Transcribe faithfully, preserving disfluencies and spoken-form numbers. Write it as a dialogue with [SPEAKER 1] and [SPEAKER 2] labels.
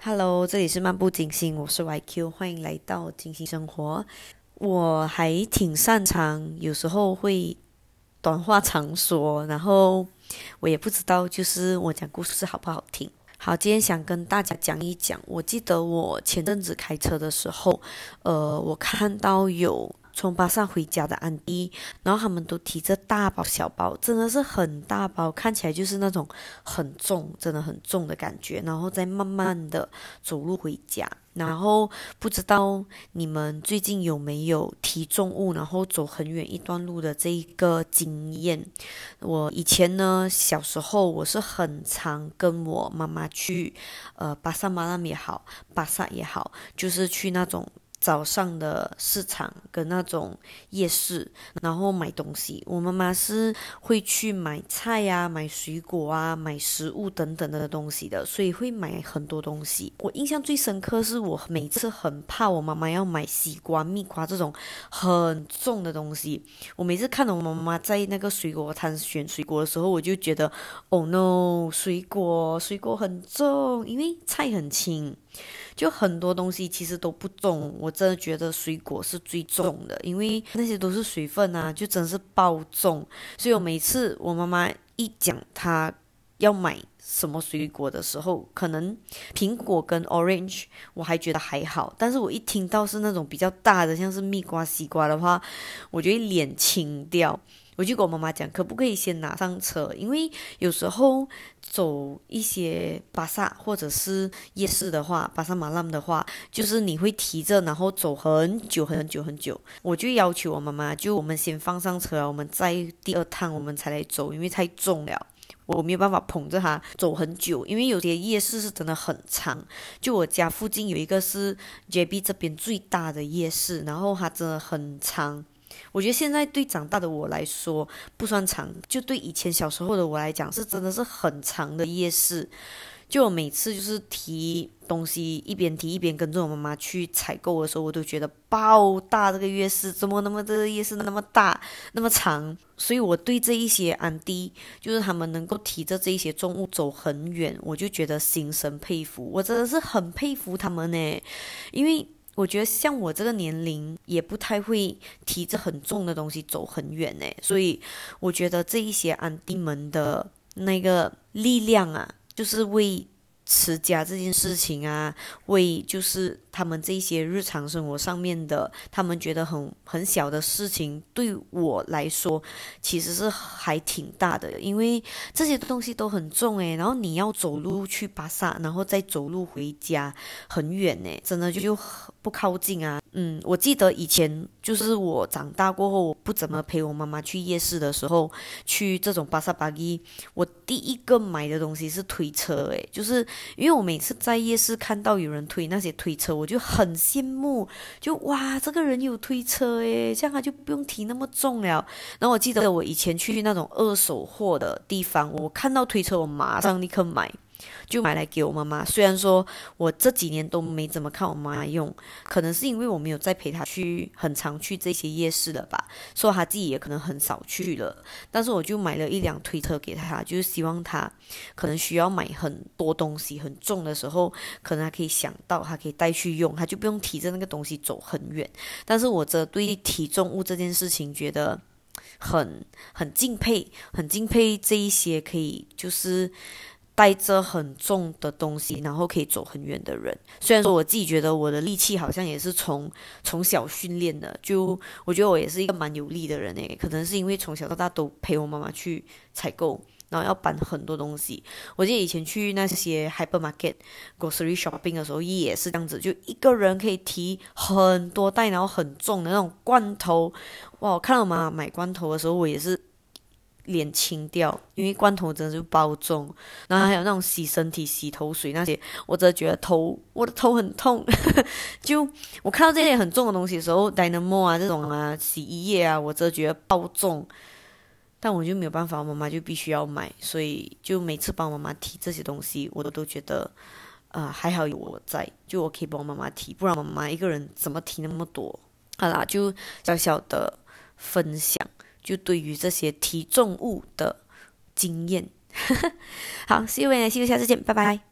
[SPEAKER 1] Hello，这里是漫步金星，我是 Y Q，欢迎来到金星生活。我还挺擅长，有时候会短话长说，然后我也不知道，就是我讲故事好不好听。好，今天想跟大家讲一讲，我记得我前阵子开车的时候，呃，我看到有从巴萨回家的安迪，然后他们都提着大包小包，真的是很大包，看起来就是那种很重，真的很重的感觉，然后再慢慢的走路回家。然后不知道你们最近有没有提重物，然后走很远一段路的这一个经验？我以前呢，小时候我是很常跟我妈妈去，呃，巴萨马拉也好，巴萨也好，就是去那种早上的市场跟那种夜市，然后买东西。我妈妈是会去买菜啊、买水果啊、买食物等等的东西的，所以会买很多东西。我印象最深刻是我每次很怕我妈妈要买西瓜、蜜瓜这种很重的东西。我每次看到我妈妈在那个水果摊选水果的时候，我就觉得，Oh no，水果水果很重，因为菜很轻。就很多东西其实都不重，我真的觉得水果是最重的，因为那些都是水分啊，就真是爆重。所以我每次我妈妈一讲她要买什么水果的时候，可能苹果跟 orange 我还觉得还好，但是我一听到是那种比较大的，像是蜜瓜、西瓜的话，我就会脸青掉。我就跟我妈妈讲，可不可以先拿上车？因为有时候走一些巴萨或者是夜市的话，巴萨马浪的话，就是你会提着，然后走很久很久很久。我就要求我妈妈，就我们先放上车，我们再第二趟我们才来走，因为太重了。我没有办法捧着它走很久，因为有些夜市是真的很长。就我家附近有一个是 J B 这边最大的夜市，然后它真的很长。我觉得现在对长大的我来说不算长，就对以前小时候的我来讲是真的是很长的夜市。就我每次就是提东西，一边提一边跟着我妈妈去采购的时候，我都觉得爆大这个夜市，怎么那么这个夜市那么大那么长？所以我对这一些安迪，就是他们能够提着这一些重物走很远，我就觉得心生佩服，我真的是很佩服他们呢，因为我觉得像我这个年龄也不太会提着很重的东西走很远呢，所以我觉得这一些安迪们的那个力量啊，就是为持家这件事情啊，为就是他们这些日常生活上面的，他们觉得很很小的事情，对我来说其实是还挺大的，因为这些东西都很重诶，然后你要走路去巴萨，然后再走路回家，很远诶，真的就就不靠近啊。嗯，我记得以前就是我长大过后，我不怎么陪我妈妈去夜市的时候，去这种巴萨巴基，我第一个买的东西是推车，诶，就是因为我每次在夜市看到有人推那些推车，我就很羡慕，就哇，这个人有推车诶，这样他就不用提那么重了。然后我记得我以前去那种二手货的地方，我看到推车，我马上立刻买。就买来给我妈妈。虽然说我这几年都没怎么看我妈用，可能是因为我没有再陪她去很常去这些夜市了吧，所以她自己也可能很少去了。但是我就买了一辆推车给她，就是希望她可能需要买很多东西很重的时候，可能她可以想到，她可以带去用，她就不用提着那个东西走很远。但是我这对体重物这件事情觉得很很敬佩，很敬佩这一些可以就是带着很重的东西，然后可以走很远的人。虽然说我自己觉得我的力气好像也是从从小训练的，就我觉得我也是一个蛮有力的人诶，可能是因为从小到大都陪我妈妈去采购，然后要搬很多东西。我记得以前去那些 hypermarket、grocery shopping 的时候也是这样子，就一个人可以提很多袋，然后很重的那种罐头。哇，我看到我妈妈买罐头的时候，我也是脸青掉，因为罐头真的是包重，然后还有那种洗身体、洗头水那些，我真的觉得头，我的头很痛。就我看到这些很重的东西的时候，Dynamo 啊这种啊，洗衣液啊，我真的觉得爆重。但我就没有办法，我妈妈就必须要买，所以就每次帮我妈妈提这些东西，我都觉得，啊、呃，还好有我在，就我可以帮我妈妈提，不然我妈妈一个人怎么提那么多？好啦，就小小的分享。就对于这些提重物的经验。好，see you，see you，下次见，拜拜。